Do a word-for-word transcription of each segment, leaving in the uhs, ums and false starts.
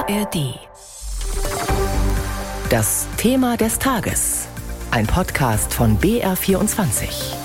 A R D. Das Thema des Tages. Ein Podcast von B R vierundzwanzig.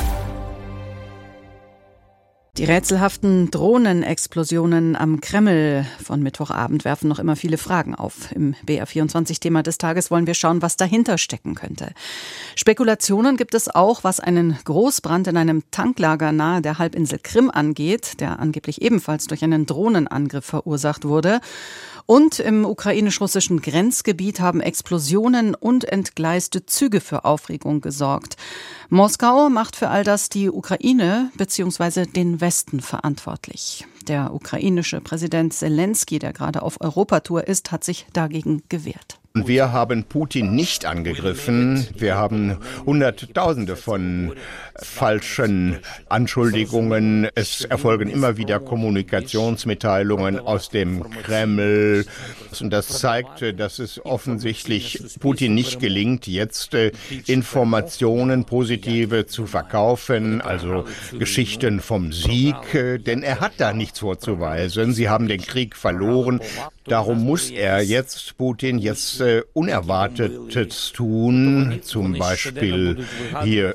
Die rätselhaften Drohnenexplosionen am Kreml von Mittwochabend werfen noch immer viele Fragen auf. Im B R vierundzwanzig-Thema des Tages wollen wir schauen, was dahinter stecken könnte. Spekulationen gibt es auch, was einen Großbrand in einem Tanklager nahe der Halbinsel Krim angeht, der angeblich ebenfalls durch einen Drohnenangriff verursacht wurde. Und im ukrainisch-russischen Grenzgebiet haben Explosionen und entgleiste Züge für Aufregung gesorgt. Moskau macht für all das die Ukraine bzw. den Westen verantwortlich. Der ukrainische Präsident Selenskyj, der gerade auf Europatour ist, hat sich dagegen gewehrt. Wir haben Putin nicht angegriffen. Wir haben Hunderttausende von falschen Anschuldigungen. Es erfolgen immer wieder Kommunikationsmitteilungen aus dem Kreml. Und das zeigt, dass es offensichtlich Putin nicht gelingt, jetzt Informationen, positive zu verkaufen, also Geschichten vom Sieg. Denn er hat da nichts vorzuweisen. Sie haben den Krieg verloren. Darum muss er jetzt, Putin, jetzt äh, Unerwartetes tun, zum Beispiel hier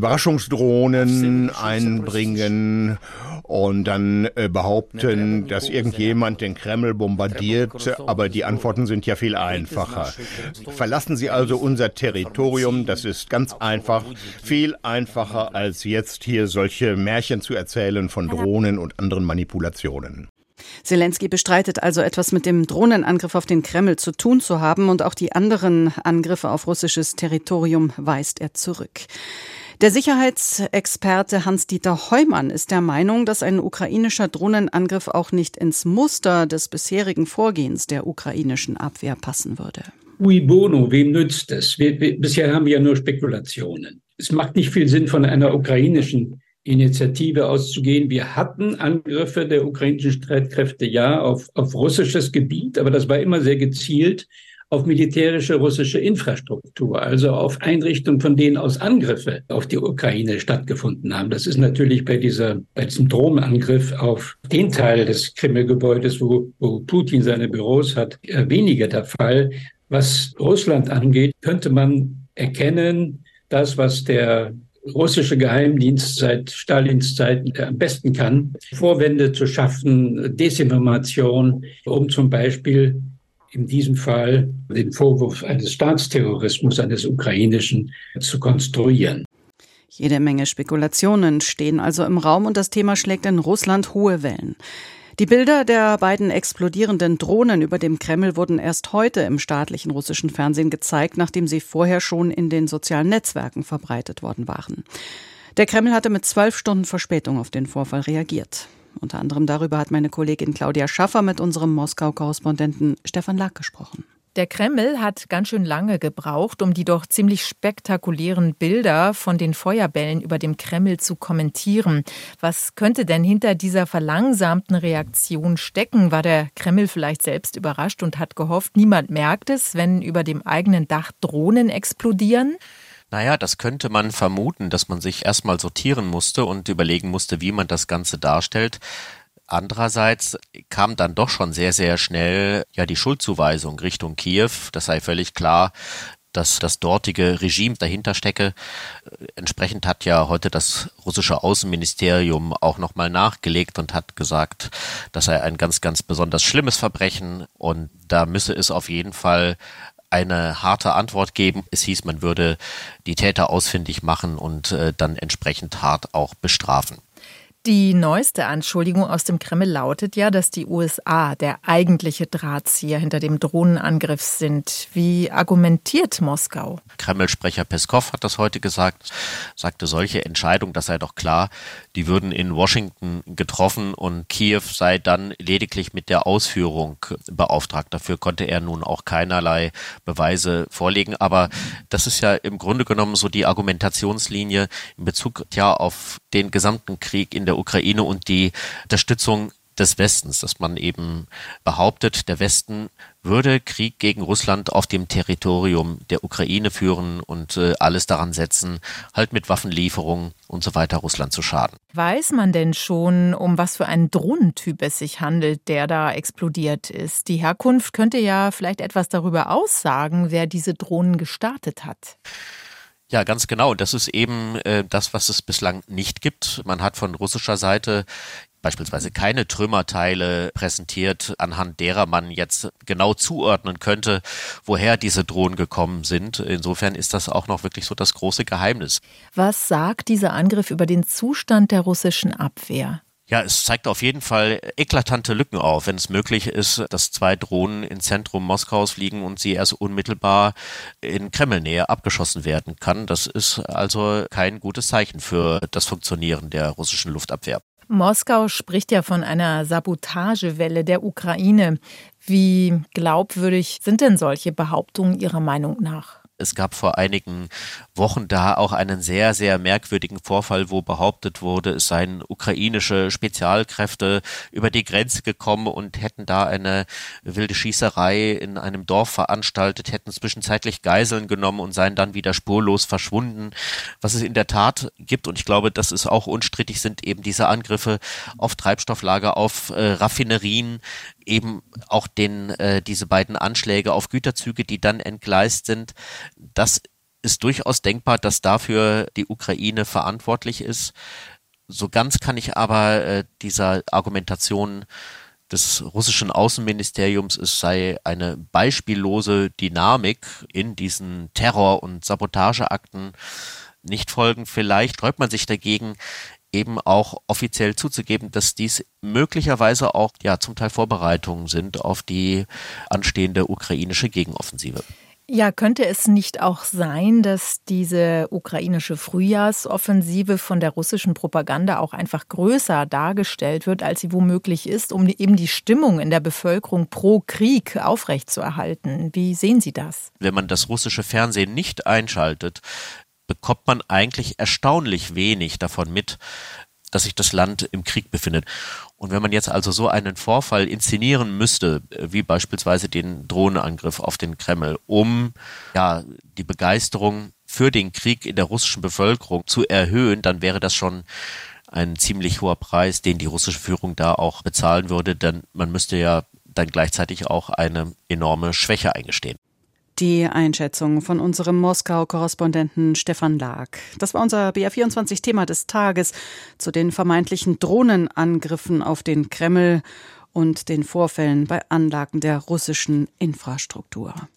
Überraschungsdrohnen einbringen und dann äh, behaupten, dass irgendjemand den Kreml bombardiert, aber die Antworten sind ja viel einfacher. Verlassen Sie also unser Territorium, das ist ganz einfach, viel einfacher als jetzt hier solche Märchen zu erzählen von Drohnen und anderen Manipulationen. Selenskyj bestreitet also, etwas mit dem Drohnenangriff auf den Kreml zu tun zu haben, und auch die anderen Angriffe auf russisches Territorium weist er zurück. Der Sicherheitsexperte Hans-Dieter Heumann ist der Meinung, dass ein ukrainischer Drohnenangriff auch nicht ins Muster des bisherigen Vorgehens der ukrainischen Abwehr passen würde. Cui bono, wem nützt es? Wir, wir, bisher haben wir ja nur Spekulationen. Es macht nicht viel Sinn, von einer ukrainischen Initiative auszugehen. Wir hatten Angriffe der ukrainischen Streitkräfte, ja, auf, auf russisches Gebiet, aber das war immer sehr gezielt auf militärische russische Infrastruktur, also auf Einrichtungen, von denen aus Angriffe auf die Ukraine stattgefunden haben. Das ist natürlich bei dieser, bei diesem Drohnenangriff auf den Teil des Kreml-Gebäudes, wo, wo Putin seine Büros hat, weniger der Fall. Was Russland angeht, könnte man erkennen, das, was der russische Geheimdienst seit Stalins Zeiten am besten kann, Vorwände zu schaffen, Desinformation, um zum Beispiel in diesem Fall den Vorwurf eines Staatsterrorismus, eines ukrainischen, zu konstruieren. Jede Menge Spekulationen stehen also im Raum, und das Thema schlägt in Russland hohe Wellen. Die Bilder der beiden explodierenden Drohnen über dem Kreml wurden erst heute im staatlichen russischen Fernsehen gezeigt, nachdem sie vorher schon in den sozialen Netzwerken verbreitet worden waren. Der Kreml hatte mit zwölf Stunden Verspätung auf den Vorfall reagiert. Unter anderem darüber hat meine Kollegin Claudia Schaffer mit unserem Moskau-Korrespondenten Stefan Lack gesprochen. Der Kreml hat ganz schön lange gebraucht, um die doch ziemlich spektakulären Bilder von den Feuerbällen über dem Kreml zu kommentieren. Was könnte denn hinter dieser verlangsamten Reaktion stecken? War der Kreml vielleicht selbst überrascht und hat gehofft, niemand merkt es, wenn über dem eigenen Dach Drohnen explodieren? Naja, das könnte man vermuten, dass man sich erstmal sortieren musste und überlegen musste, wie man das Ganze darstellt. Andererseits kam dann doch schon sehr, sehr schnell ja die Schuldzuweisung Richtung Kiew. Das sei völlig klar, dass das dortige Regime dahinter stecke. Entsprechend hat ja heute das russische Außenministerium auch nochmal nachgelegt und hat gesagt, das sei ein ganz, ganz besonders schlimmes Verbrechen, und da müsse es auf jeden Fall eine harte Antwort geben. Es hieß, man würde die Täter ausfindig machen und äh, dann entsprechend hart auch bestrafen. Die neueste Anschuldigung aus dem Kreml lautet ja, dass die U S A der eigentliche Drahtzieher hinter dem Drohnenangriff sind. Wie argumentiert Moskau? Kreml-Sprecher Peskow hat das heute gesagt, sagte, solche Entscheidung, das sei doch klar, die würden in Washington getroffen und Kiew sei dann lediglich mit der Ausführung beauftragt. Dafür konnte er nun auch keinerlei Beweise vorlegen. Aber das ist ja im Grunde genommen so die Argumentationslinie in Bezug ja auf den gesamten Krieg in der Ukraine und die Unterstützung des Westens, dass man eben behauptet, der Westen würde Krieg gegen Russland auf dem Territorium der Ukraine führen und äh, alles daran setzen, halt mit Waffenlieferungen und so weiter Russland zu schaden. Weiß man denn schon, um was für einen Drohnentyp es sich handelt, der da explodiert ist? Die Herkunft könnte ja vielleicht etwas darüber aussagen, wer diese Drohnen gestartet hat. Ja, ganz genau. Das ist eben äh, das, was es bislang nicht gibt. Man hat von russischer Seite beispielsweise keine Trümmerteile präsentiert, anhand derer man jetzt genau zuordnen könnte, woher diese Drohnen gekommen sind. Insofern ist das auch noch wirklich so das große Geheimnis. Was sagt dieser Angriff über den Zustand der russischen Abwehr? Ja, es zeigt auf jeden Fall eklatante Lücken auf, wenn es möglich ist, dass zwei Drohnen im Zentrum Moskaus fliegen und sie erst unmittelbar in Kremlnähe abgeschossen werden kann. Das ist also kein gutes Zeichen für das Funktionieren der russischen Luftabwehr. Moskau spricht ja von einer Sabotagewelle der Ukraine. Wie glaubwürdig sind denn solche Behauptungen Ihrer Meinung nach? Es gab vor einigen Wochen da auch einen sehr, sehr merkwürdigen Vorfall, wo behauptet wurde, es seien ukrainische Spezialkräfte über die Grenze gekommen und hätten da eine wilde Schießerei in einem Dorf veranstaltet, hätten zwischenzeitlich Geiseln genommen und seien dann wieder spurlos verschwunden. Was es in der Tat gibt, und ich glaube, das ist auch unstrittig, sind eben diese Angriffe auf Treibstofflager, auf äh, Raffinerien, eben auch den äh, diese beiden Anschläge auf Güterzüge, die dann entgleist sind. Das ist durchaus denkbar, dass dafür die Ukraine verantwortlich ist. So ganz kann ich aber äh, dieser Argumentation des russischen Außenministeriums, es sei eine beispiellose Dynamik in diesen Terror- und Sabotageakten, nicht folgen. Vielleicht sträubt man sich dagegen, eben auch offiziell zuzugeben, dass dies möglicherweise auch ja zum Teil Vorbereitungen sind auf die anstehende ukrainische Gegenoffensive. Ja, könnte es nicht auch sein, dass diese ukrainische Frühjahrsoffensive von der russischen Propaganda auch einfach größer dargestellt wird, als sie womöglich ist, um eben die Stimmung in der Bevölkerung pro Krieg aufrechtzuerhalten? Wie sehen Sie das? Wenn man das russische Fernsehen nicht einschaltet, bekommt man eigentlich erstaunlich wenig davon mit, dass sich das Land im Krieg befindet. Und wenn man jetzt also so einen Vorfall inszenieren müsste, wie beispielsweise den Drohnenangriff auf den Kreml, um ja die Begeisterung für den Krieg in der russischen Bevölkerung zu erhöhen, dann wäre das schon ein ziemlich hoher Preis, den die russische Führung da auch bezahlen würde, denn man müsste ja dann gleichzeitig auch eine enorme Schwäche eingestehen. Die Einschätzung von unserem Moskau-Korrespondenten Stefan Lag. Das war unser B R vierundzwanzig-Thema des Tages zu den vermeintlichen Drohnenangriffen auf den Kreml und den Vorfällen bei Anlagen der russischen Infrastruktur.